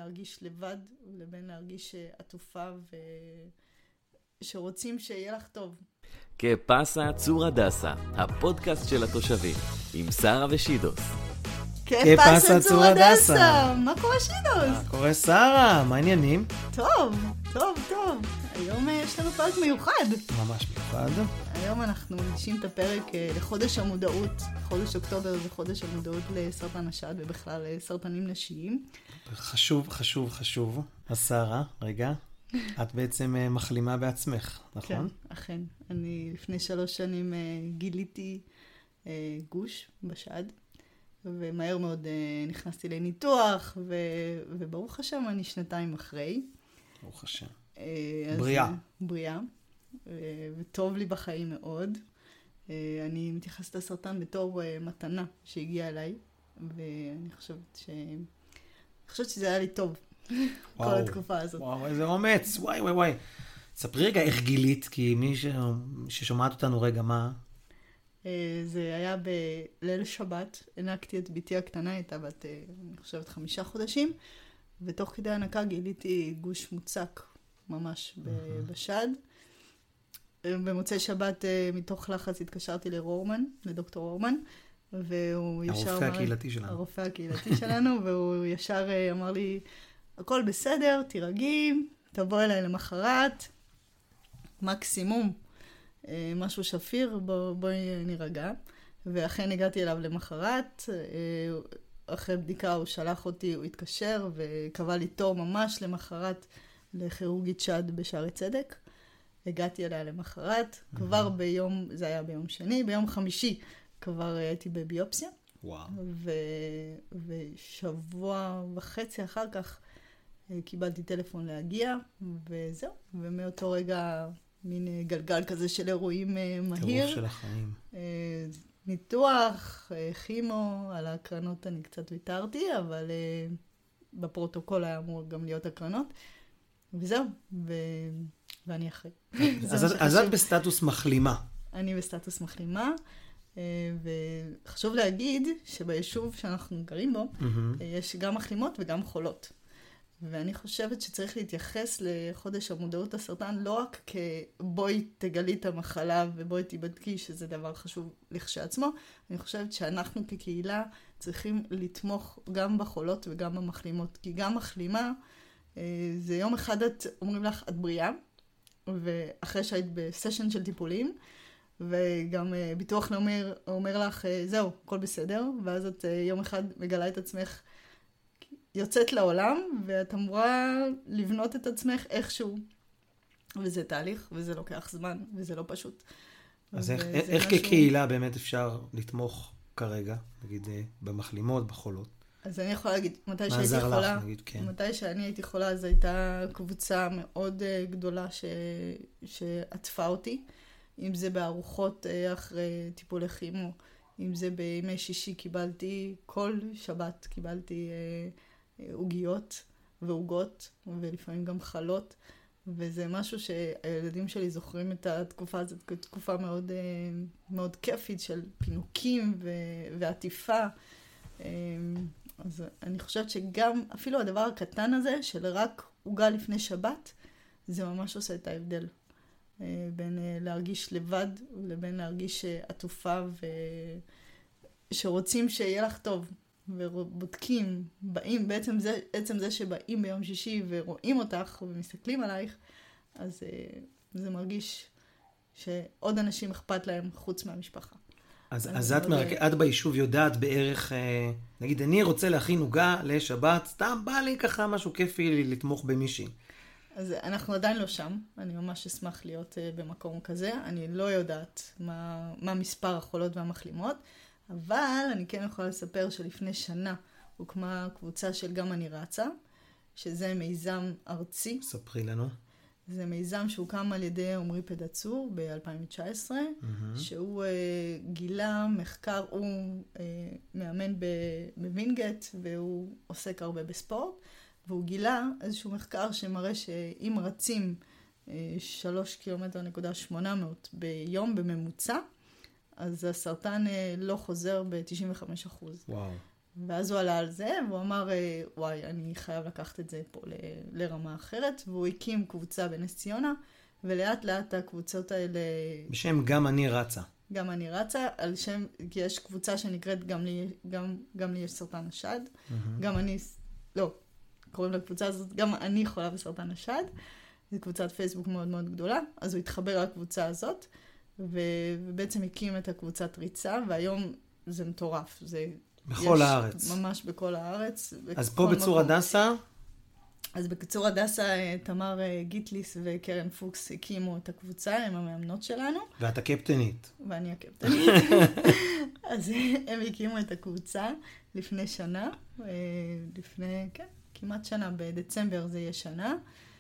להרגיש לבד, לבין להרגיש עטופה שרוצים שיהיה לך טוב. כפסה צור הדסה, הפודקאסט של התושבים, עם שרה ושידוס. כפסה צור הדסה! מה קורה שידוס? מה קורה שרה? מה העניינים? טוב. היום יש לנו פרק מיוחד. ממש מיוחד. היום אנחנו מגישים את הפרק לחודש המודעות. חודש אוקטובר זה חודש המודעות לסרטן השד ובכלל לסרטנים נשיים. חשוב. אז שרה, רגע. את בעצם מחלימה בעצמך, נכון? כן, אכן. אני לפני 3 שנים גיליתי גוש בשד, ומהר מאוד נכנסתי לניתוח, וברוך השם אני 2 אחרי. ברוך השם. בריאה, וטוב לי בחיים מאוד. אני מתייחסת לסרטן בתור מתנה שהגיעה אליי, ואני חושבת שזה היה לי טוב. כל התקופה הזאת. וואו, איזה אומץ. וואי. ספרי רגע איך גילית, כי מי ששומעת אותנו רגע, מה? זה היה בליל שבת, הענקתי את ביתי הקטנה, הייתה בת, אני חושבת 5 חודשים, ותוך כדי הנקה גיליתי גוש מוצק ממש בשד. במוצאי שבת מתוך לחץ התקשרתי לדוקטור רורמן, והוא ישר הרופא הקהילתי שלנו, והוא ישר אמר לי, הכל בסדר, תירגעי, תבוא אליי למחרת, מקסימום משהו שפיר, בואי נירגע. ואכן הגעתי אליו למחרת, אחרי בדיקה הוא שלח אותי, הוא התקשר וקבע לי תור ממש למחרת לכירורגית שד בשערי צדק. הגעתי אליה למחרת, כבר ביום, זה היה ביום שני, ביום חמישי כבר הייתי בביופסיה. וואו. ושבוע וחצי אחר כך קיבלתי טלפון להגיע, וזהו. ומאותו רגע מין גלגל כזה של אירועים מהיר. טירוף של החיים. ניתוח, כימו, על הקרנות אני קצת ויתרתי, אבל בפרוטוקול היה אמור גם להיות הקרנות. וזהו, ואני אחרי. אז את בסטטוס מחלימה. אני בסטטוס מחלימה, וחשוב להגיד שביישוב שאנחנו גרים בו, יש גם מחלימות וגם חולות. ואני חושבת שצריך להתייחס לחודש המודעות לסרטן לא רק כבואי תגלי את המחלה ובואי תיבדקי, שזה דבר חשוב לכשעצמו. אני חושבת שאנחנו כקהילה צריכים לתמוך גם בחולות וגם במחלימות. כי גם מחלימה, זה יום אחד אומרים לך, את בריאה, ואחרי שהיית בסשן של טיפולים, וגם ביטוח לאומי אומר לך, זהו, הכל בסדר, ואז את יום אחד מגלה את עצמך, יוצאת לעולם, ואת אמורה לבנות את עצמך איכשהו. וזה תהליך, וזה לוקח זמן, וזה לא פשוט. אז איך כקהילה באמת אפשר לתמוך כרגע, נגיד במחלימות, בחולות? אז אני יכולה להגיד, מתי שאני הייתי חולה, זו הייתה קבוצה מאוד גדולה שעטפה אותי. אם זה בארוחות אחרי טיפולי כימו, אם זה בימי שישי כל שבת קיבלתי עוגיות ועוגות, ולפעמים גם חלות, וזה משהו שהילדים שלי זוכרים את התקופה הזאת כתקופה מאוד, מאוד כיפית של פינוקים ועטיפה. אז אני חושבת שגם אפילו הדבר הקטן הזה של רק עוגה לפני שבת, זה ממש עושה את ההבדל. בין להרגיש לבד לבין להרגיש עטופה שרוצים שיהיה לך טוב. ובודקים, באים, בעצם זה שבאים ביום שישי ורואים אותך ומסתכלים עלייך, אז זה מרגיש שעוד אנשים אכפת להם חוץ מהמשפחה. אז את ביישוב יודעת בערך, נגיד, אני רוצה להכין עוגה לשבת, סתם בא לי ככה משהו כיפי לתמוך במישהי. אז אנחנו עדיין לא שם, אני ממש אשמח להיות במקום כזה, אני לא יודעת מה מספר החולות והמחלימות, אבל אני כן יכולה לספר שלפני שנה הוקמה קבוצה של גם אני רצה, שזה מיזם ארצי. ספרי לנו. זה מיזם שהוקם על ידי עומרי פדצור ב-2019, שהוא גילה מחקר, הוא מאמן בווינגייט, והוא עוסק הרבה בספורט, והוא גילה איזשהו מחקר שמראה שאם רצים 3.8 קילומטר ביום בממוצע, אז הסרטן לא חוזר ב-95%. וואו. ואז הוא עלה על זה, והוא אמר, וואי, אני חייב לקחת את זה פה לרמה אחרת, והוא הקים קבוצה בנס ציונה, ולאט לאט הקבוצות האלה... בשם גם אני רצה. גם אני רצה, על שם, כי יש קבוצה שנקראת גם לי יש סרטן השד, גם אני, לא, קוראים לקבוצה הזאת, גם אני חולה בסרטן השד, זו קבוצת פייסבוק מאוד מאוד גדולה, אז הוא התחבר לקבוצה הזאת, ובעצם הקים את הקבוצת ריצה, והיום זה מטורף, זה... בכל הארץ. ממש בכל הארץ. אז פה בצור הדסה? אז בצור הדסה תמר גיטליס וקרן פוקס הקימו את הקבוצה, הם המאמנות שלנו. ואת הקפטנית. ואני הקפטנית. אז הם הקימו את הקבוצה לפני שנה, לפני, כן, כמעט שנה, בדצמבר זה יהיה שנה.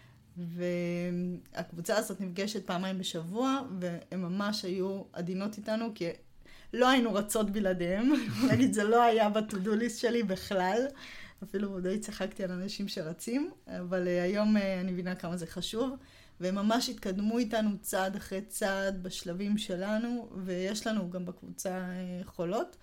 והקבוצה הזאת נפגשת פעמיים בשבוע, והם ממש היו עדינות איתנו, כי לא היינו רצות בלעדיהם. נגיד, זה לא היה בטודו ליסט שלי בכלל. אפילו די צחקתי על אנשים שרצים, אבל היום אני מבינה כמה זה חשוב. והם ממש התקדמו איתנו צעד אחרי צעד בשלבים שלנו, ויש לנו גם בקבוצה חולות,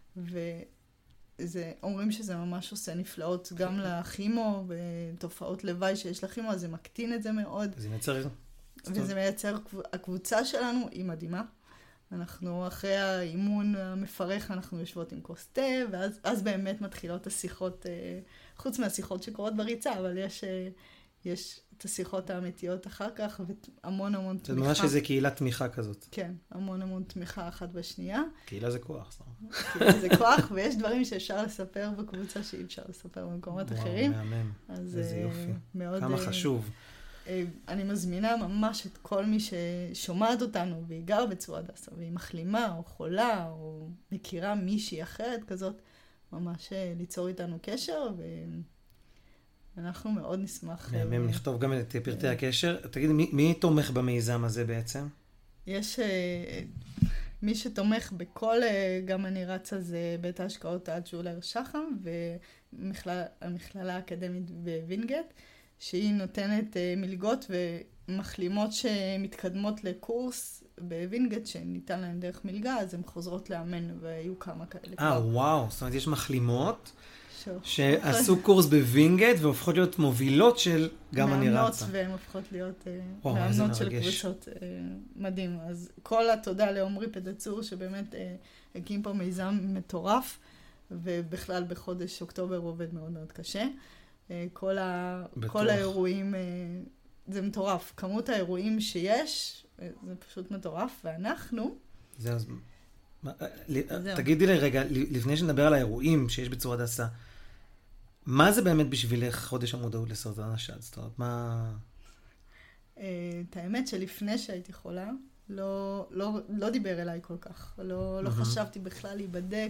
אומרים שזה ממש עושה נפלאות גם לכימו, ותופעות לוואי שיש לכימו, אז זה מקטין את זה מאוד. וזה מייצר, הקבוצה שלנו היא מדהימה. אנחנו אחרי האימון המפרך, אנחנו יושבות עם כוס תה, ואז באמת מתחילות השיחות, חוץ מהשיחות שקורות בריצה, אבל יש את השיחות האמיתיות אחר כך, והמון המון תמיכה. זה ממש איזה קהילת תמיכה כזאת. כן, המון המון תמיכה אחת בשנייה. קהילה זה כוח. קהילה זה כוח, ויש דברים שאפשר לספר בקבוצה שאי אפשר לספר במקומות אחרים. וואו, מהמם. איזה יופי. כמה חשוב. אני מזמינה ממש את כל מי ששומעת אותנו, והיא גר בצור הדסה, והיא מחלימה או חולה, או מכירה מישהי אחרת כזאת, ממש ליצור איתנו קשר, ואנחנו מאוד נשמח. מהמם, נכתוב גם את פרטי הקשר. תגיד, מי תומך במיזם הזה בעצם? יש מי שתומך בכל, גם אני רצה, זה בית ההשקעות אלטשולר שחם, והמכללה האקדמית בווינגייט, שהיא נותנת מלגות ומחלימות שמתקדמות לקורס בווינגייט, שניתן להן דרך מלגה, אז הן חוזרות לאמן, והיו כמה כאלה. וואו, זאת אומרת, יש מחלימות שעשו קורס בווינגייט, והופכות להיות מובילות של גם אני רצה. מאמנות, והן הופכות להיות מאמנות של קבוצות. מדהים. אז כל התודה לעומרי פדצור, שבאמת הקים פה מיזם מטורף, ובכלל בחודש אוקטובר הוא עובד מאוד מאוד קשה. כל האירועים, זה מטורף. כמות האירועים שיש, זה פשוט מטורף, ואנחנו... תגידי לי רגע, לפני שנדבר על האירועים שיש בצור הדסה, מה זה באמת בשבילך חודש המודעות לסרטן השד? זאת אומרת, מה... את האמת שלפני שהייתי חולה, לא דיבר אליי כל כך. לא חשבתי בכלל להיבדק,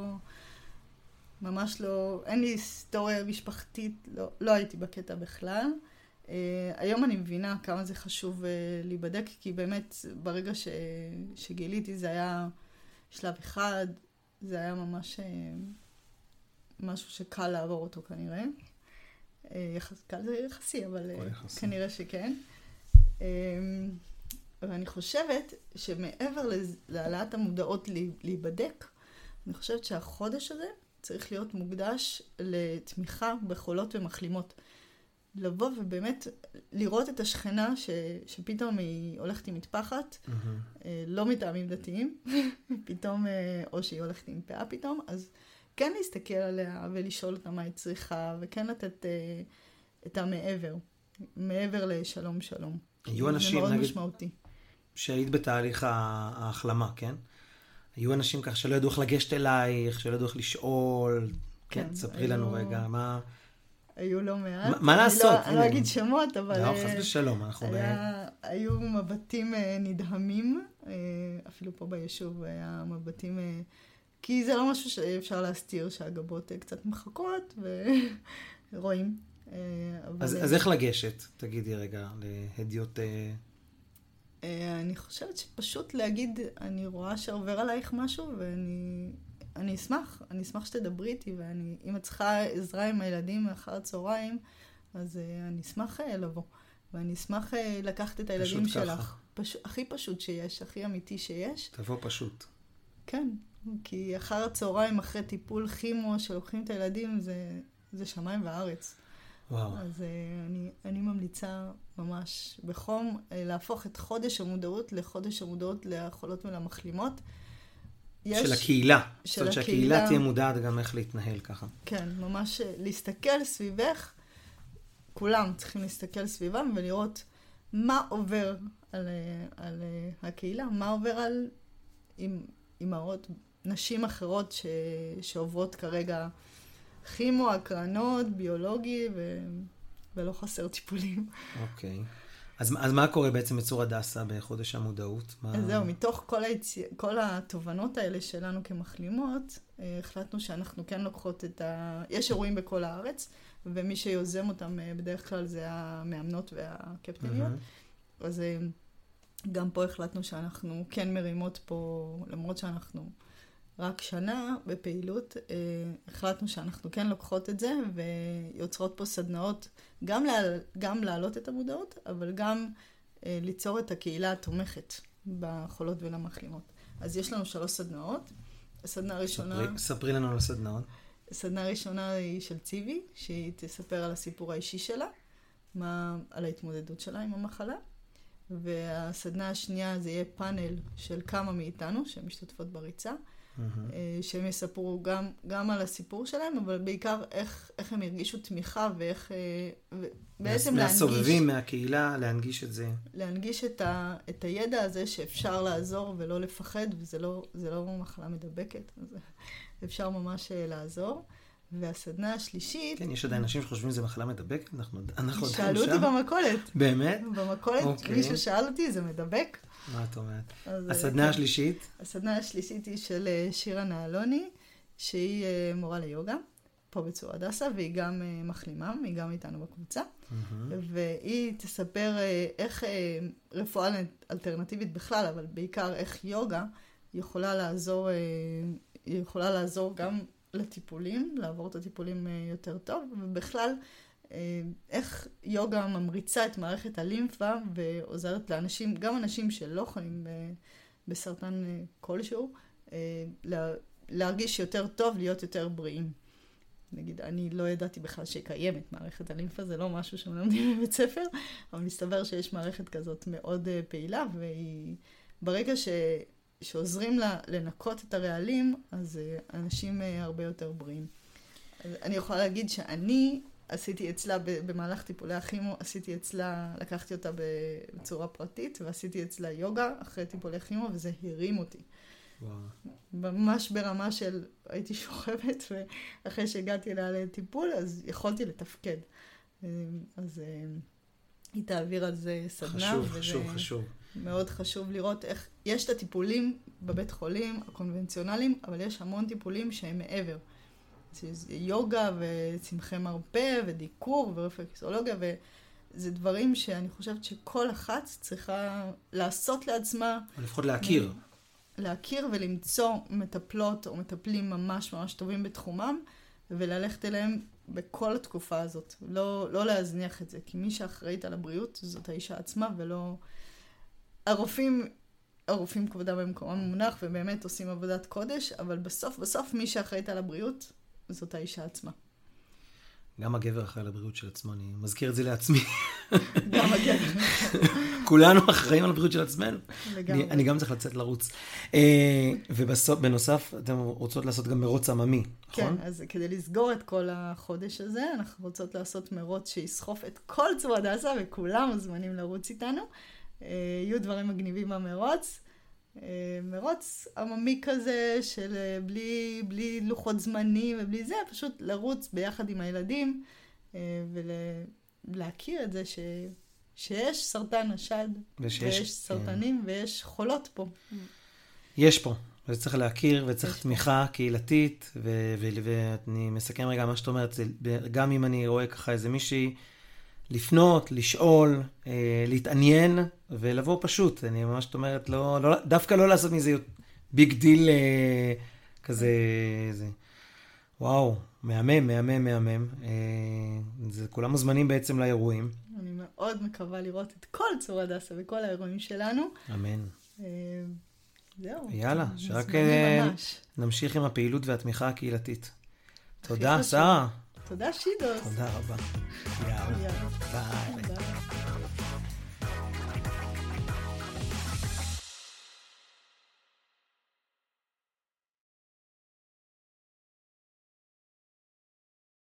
ממש לא, אין לי היסטוריה משפחתית, לא הייתי בקטע בכלל. היום אני מבינה כמה זה חשוב להיבדק, כי באמת ברגע שגיליתי זה היה שלב אחד, זה היה ממש משהו שקל לעבור אותו כנראה. קל זה יחסי, אבל כנראה שכן. ואני חושבת שמעבר להעלאת המודעות להיבדק, אני חושבת שהחודש הזה צריך להיות מוקדש לתמיכה בחולות ומחלימות. לבוא ובאמת לראות את השכנה שפתאום היא הולכת עם מטפחת, לא מטעמים דתיים, פתאום, או שהיא הולכת עם פאה פתאום, אז כן להסתכל עליה ולשאול אותה מה היא צריכה, וכן לתת את מעבר לשלום שלום. היו אנשים, זה מאוד משמעותי. שהיית בתהליך ההחלמה, כן? היו אנשים כך שלא ידעו איך לגשת אלייך, שלא ידעו איך לשאול. כן, תספרי לנו רגע, מה... היו לא מעט. מה לעשות? אני לא אגיד שמות, אבל... לא, חס ושלום, אנחנו היו מבטים נדהמים, אפילו פה ביישוב היה מבטים... כי זה לא משהו שאפשר להסתיר, שהגבות קצת מחכות, ורואים. אז איך לגשת? תגידי רגע, להדיוט... אני חושבת שפשוט להגיד, אני רואה שעובר עלייך משהו, ואני אשמח שתדברי איתי, ואם את צריכה עזרה עם הילדים מאחר הצהריים, אז אני אשמח לבוא. ואני אשמח לקחת את הילדים שלך. הכי פשוט שיש, הכי אמיתי שיש. תבוא פשוט. כן, כי אחר הצהריים, אחרי טיפול כימו שלוקחים את הילדים, זה שמיים וארץ. וואו. אז אני ממליצה ממש בחום להפוך את חודש המודעות לחודש המודעות לחולות ולמחלימות. של הקהילה. של זאת אומרת שהקהילה תהיה מודעת גם איך להתנהל ככה. כן, ממש להסתכל סביבך, כולם צריכים להסתכל סביבם ולראות מה עובר על הקהילה, מה עובר על אימהות, נשים אחרות שעוברות כרגע כימו, הקרנות, ביולוגי, ולא חסר טיפולים. אוקיי. אז מה קורה בעצם בצור הדסה בחודש המודעות? אז זהו, מתוך כל התובנות האלה שלנו כמחלימות, החלטנו שאנחנו כן לוקחות יש אירועים בכל הארץ, ומי שיוזם אותם בדרך כלל זה המאמנות והקפטניות. אז גם פה החלטנו שאנחנו כן מרימות פה, למרות שאנחנו רק שנה בפעילות, החלטנו שאנחנו כן לוקחות את זה, ויוצרות פה סדנאות, גם להעלות את המודעות, אבל גם ליצור את הקהילה התומכת בחולות ולמחלימות. אז יש לנו 3 סדנאות. הסדנה הראשונה... ספרי לנו על הסדנאות. הסדנה הראשונה היא של ציבי, שהיא תספר על הסיפור האישי שלה, על ההתמודדות שלה עם המחלה. והסדנה השנייה זה יהיה פאנל של כמה מאיתנו שמשתתפות בריצה, שהם יספרו גם על הסיפור שלהם, אבל בעיקר איך הם הרגישו תמיכה ואיך בעצם להנגיש. מהסובבים, מהקהילה, להנגיש את זה. להנגיש את הידע הזה שאפשר לעזור ולא לפחד, וזה לא מחלה מדבקת, אז אפשר ממש לעזור. והסדנה השלישית... כן, יש עדיין אנשים שחושבים שזה מחלה מדבקת, אנחנו עדיין שם. שאלו אותי במכולת. באמת? במכולת, מישהו שאל אותי, זה מדבק. מה את אומרת? הסדנה השלישית? הסדנה השלישית היא של שירה נהלוני, שהיא מורה ליוגה, פה בצור הדסה, והיא גם מחלימה, היא גם איתנו בקבוצה. והיא תספר איך רפואה אלטרנטיבית בכלל, אבל בעיקר איך יוגה יכולה לעזור גם לטיפולים, לעבור את הטיפולים יותר טוב, ובכלל איך יוגה ממריצה את מערכת הלימפה ועוזרת לאנשים, גם אנשים שלא חולים בסרטן כלשהו, להרגיש יותר טוב, להיות יותר בריאים. נגיד, אני לא ידעתי בכלל שהיא קיימת, מערכת הלימפה, זה לא משהו שמלמדים בבית ספר, אבל מסתבר שיש מערכת כזאת מאוד פעילה, והיא ברגע שעוזרים לה לנקות את הרעלים, אז אנשים הרבה יותר בריאים. אני יכולה להגיד שאני עשיתי אצלה במהלך טיפולי הכימו, לקחתי אותה בצורה פרטית, ועשיתי אצלה יוגה אחרי טיפולי הכימו, וזה הרים אותי. וואו. ממש ברמה של הייתי שוכבת, ואחרי שהגעתי אליה לטיפול, אז יכולתי לתפקד. אז היא תעביר על זה סדנה. חשוב. מאוד חשוב לראות איך יש את הטיפולים בבית חולים הקונבנציונליים, אבל יש המון טיפולים שהם מעבר. יוגה וצמחי מרפא ודיקור ורפלקסולוגיה, וזה דברים שאני חושבת שכל אחת צריכה לעשות לעצמה. או לפחות להכיר. להכיר ולמצוא מטפלות או מטפלים ממש ממש טובים בתחומם, וללכת אליהם בכל התקופה הזאת. לא להזניח את זה, כי מי שאחראית על הבריאות זאת האישה עצמה, ולא... הרופאים כבודם במקומם מונח, ובאמת עושים עבודת קודש, אבל בסוף מי שאחראית על הבריאות זאת האישה עצמה. גם הגבר אחראי על הבריאות של עצמו, אני מזכיר את זה לעצמי. גם הגבר. כולנו אחראים על הבריאות של עצמנו. לגמרי. אני גם צריך לצאת לרוץ. ובנוסף, אתם רוצות לעשות גם מרוץ עממי, נכון? כן, אז כדי לסגור את כל החודש הזה, אנחנו רוצות לעשות מרוץ שיסחוף את כל צור הדסה, וכולם מוזמנים לרוץ איתנו. יהיו דברים מגניבים במרוץ. מרוץ עממי כזה של בלי לוחות זמנים ובלי זה, פשוט לרוץ ביחד עם הילדים ולהכיר את זה שיש סרטן השד, ויש סרטנים ויש חולות פה. יש פה, וצריך להכיר וצריך תמיכה קהילתית, ואני מסכם רגע מה שאת אומרת, גם אם אני רואה ככה איזה מישהי לפנות, לשאול, להתעניין, ולבוא פשוט. אני ממש אומרת, דווקא לא לעשות מזה ביג דיל כזה. וואו, מהמם. כולם מוזמנים בעצם לאירועים. אני מאוד מקווה לראות את כל צור הדסה וכל האירועים שלנו. אמן. זהו. יאללה, שרק ממש. נמשיך עם הפעילות והתמיכה הקהילתית. תודה, שרה. תודה, שידוס. תודה רבה. יאללה. יאללה. ביי. ביי.